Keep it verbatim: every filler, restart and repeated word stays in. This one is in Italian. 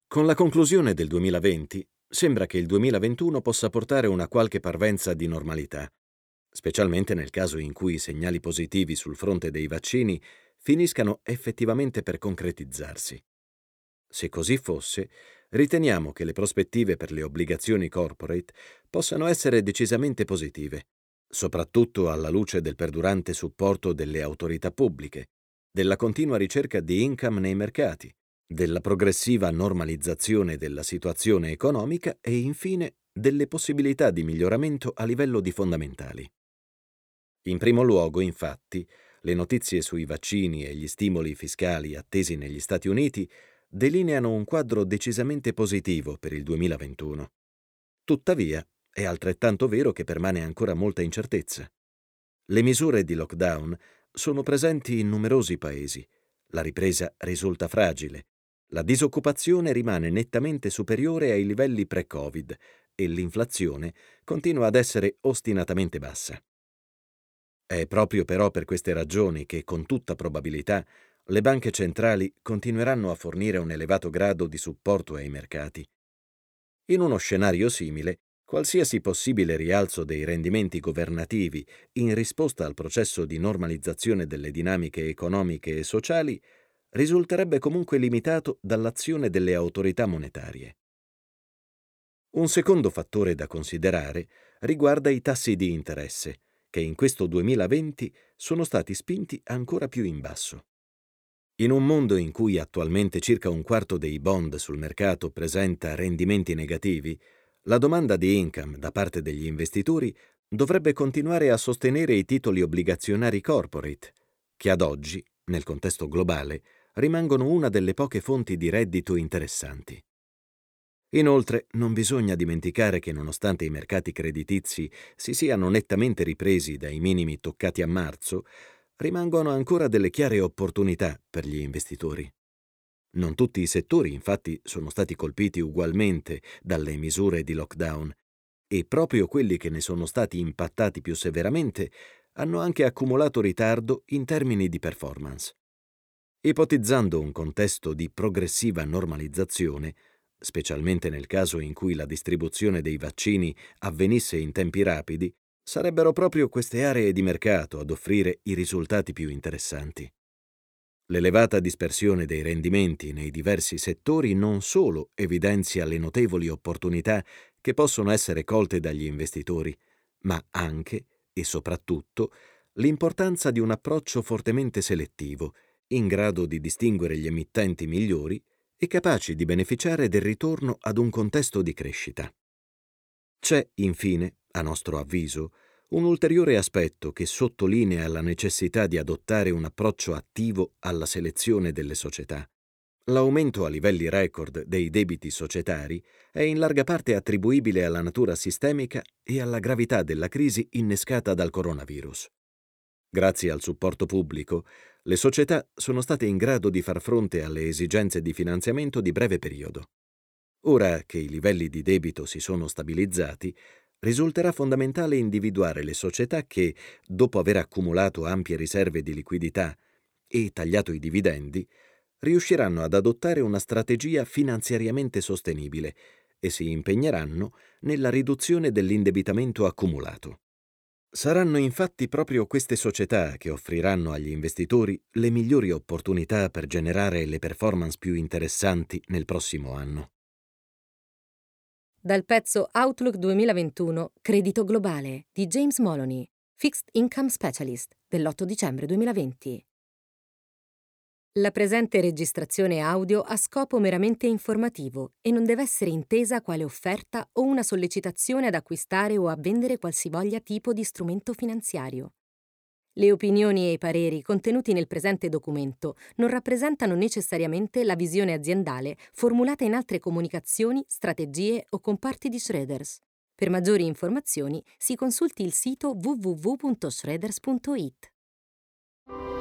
Con la conclusione del duemilaventi, sembra che il duemilaventuno possa portare una qualche parvenza di normalità, specialmente nel caso in cui i segnali positivi sul fronte dei vaccini finiscano effettivamente per concretizzarsi. Se così fosse, riteniamo che le prospettive per le obbligazioni corporate possano essere decisamente positive, soprattutto alla luce del perdurante supporto delle autorità pubbliche, della continua ricerca di income nei mercati, della progressiva normalizzazione della situazione economica e infine delle possibilità di miglioramento a livello di fondamentali. In primo luogo, infatti, le notizie sui vaccini e gli stimoli fiscali attesi negli Stati Uniti delineano un quadro decisamente positivo per il duemilaventuno. Tuttavia, è altrettanto vero che permane ancora molta incertezza. Le misure di lockdown sono presenti in numerosi paesi, la ripresa risulta fragile, la disoccupazione rimane nettamente superiore ai livelli pre-Covid e l'inflazione continua ad essere ostinatamente bassa. È proprio però per queste ragioni che, con tutta probabilità, le banche centrali continueranno a fornire un elevato grado di supporto ai mercati. In uno scenario simile, qualsiasi possibile rialzo dei rendimenti governativi in risposta al processo di normalizzazione delle dinamiche economiche e sociali risulterebbe comunque limitato dall'azione delle autorità monetarie. Un secondo fattore da considerare riguarda i tassi di interesse, che in questo duemilaventi sono stati spinti ancora più in basso. In un mondo in cui attualmente circa un quarto dei bond sul mercato presenta rendimenti negativi, la domanda di income da parte degli investitori dovrebbe continuare a sostenere i titoli obbligazionari corporate, che ad oggi, nel contesto globale, rimangono una delle poche fonti di reddito interessanti. Inoltre, non bisogna dimenticare che nonostante i mercati creditizi si siano nettamente ripresi dai minimi toccati a marzo, rimangono ancora delle chiare opportunità per gli investitori. Non tutti i settori, infatti, sono stati colpiti ugualmente dalle misure di lockdown e proprio quelli che ne sono stati impattati più severamente hanno anche accumulato ritardo in termini di performance. Ipotizzando un contesto di progressiva normalizzazione, specialmente nel caso in cui la distribuzione dei vaccini avvenisse in tempi rapidi, sarebbero proprio queste aree di mercato ad offrire i risultati più interessanti. L'elevata dispersione dei rendimenti nei diversi settori non solo evidenzia le notevoli opportunità che possono essere colte dagli investitori, ma anche e soprattutto l'importanza di un approccio fortemente selettivo, in grado di distinguere gli emittenti migliori e capaci di beneficiare del ritorno ad un contesto di crescita. C'è, infine, a nostro avviso, un ulteriore aspetto che sottolinea la necessità di adottare un approccio attivo alla selezione delle società. L'aumento a livelli record dei debiti societari è in larga parte attribuibile alla natura sistemica e alla gravità della crisi innescata dal coronavirus. Grazie al supporto pubblico, le società sono state in grado di far fronte alle esigenze di finanziamento di breve periodo. Ora che i livelli di debito si sono stabilizzati, risulterà fondamentale individuare le società che, dopo aver accumulato ampie riserve di liquidità e tagliato i dividendi, riusciranno ad adottare una strategia finanziariamente sostenibile e si impegneranno nella riduzione dell'indebitamento accumulato. Saranno infatti proprio queste società che offriranno agli investitori le migliori opportunità per generare le performance più interessanti nel prossimo anno. Dal pezzo Outlook duemilaventuno, Credito Globale di James Moloney, Fixed Income Specialist, dell'otto dicembre duemilaventi. La presente registrazione audio ha scopo meramente informativo e non deve essere intesa quale offerta o una sollecitazione ad acquistare o a vendere qualsivoglia tipo di strumento finanziario. Le opinioni e i pareri contenuti nel presente documento non rappresentano necessariamente la visione aziendale formulata in altre comunicazioni, strategie o comparti di Schroders. Per maggiori informazioni si consulti il sito w w w punto schroders punto i t.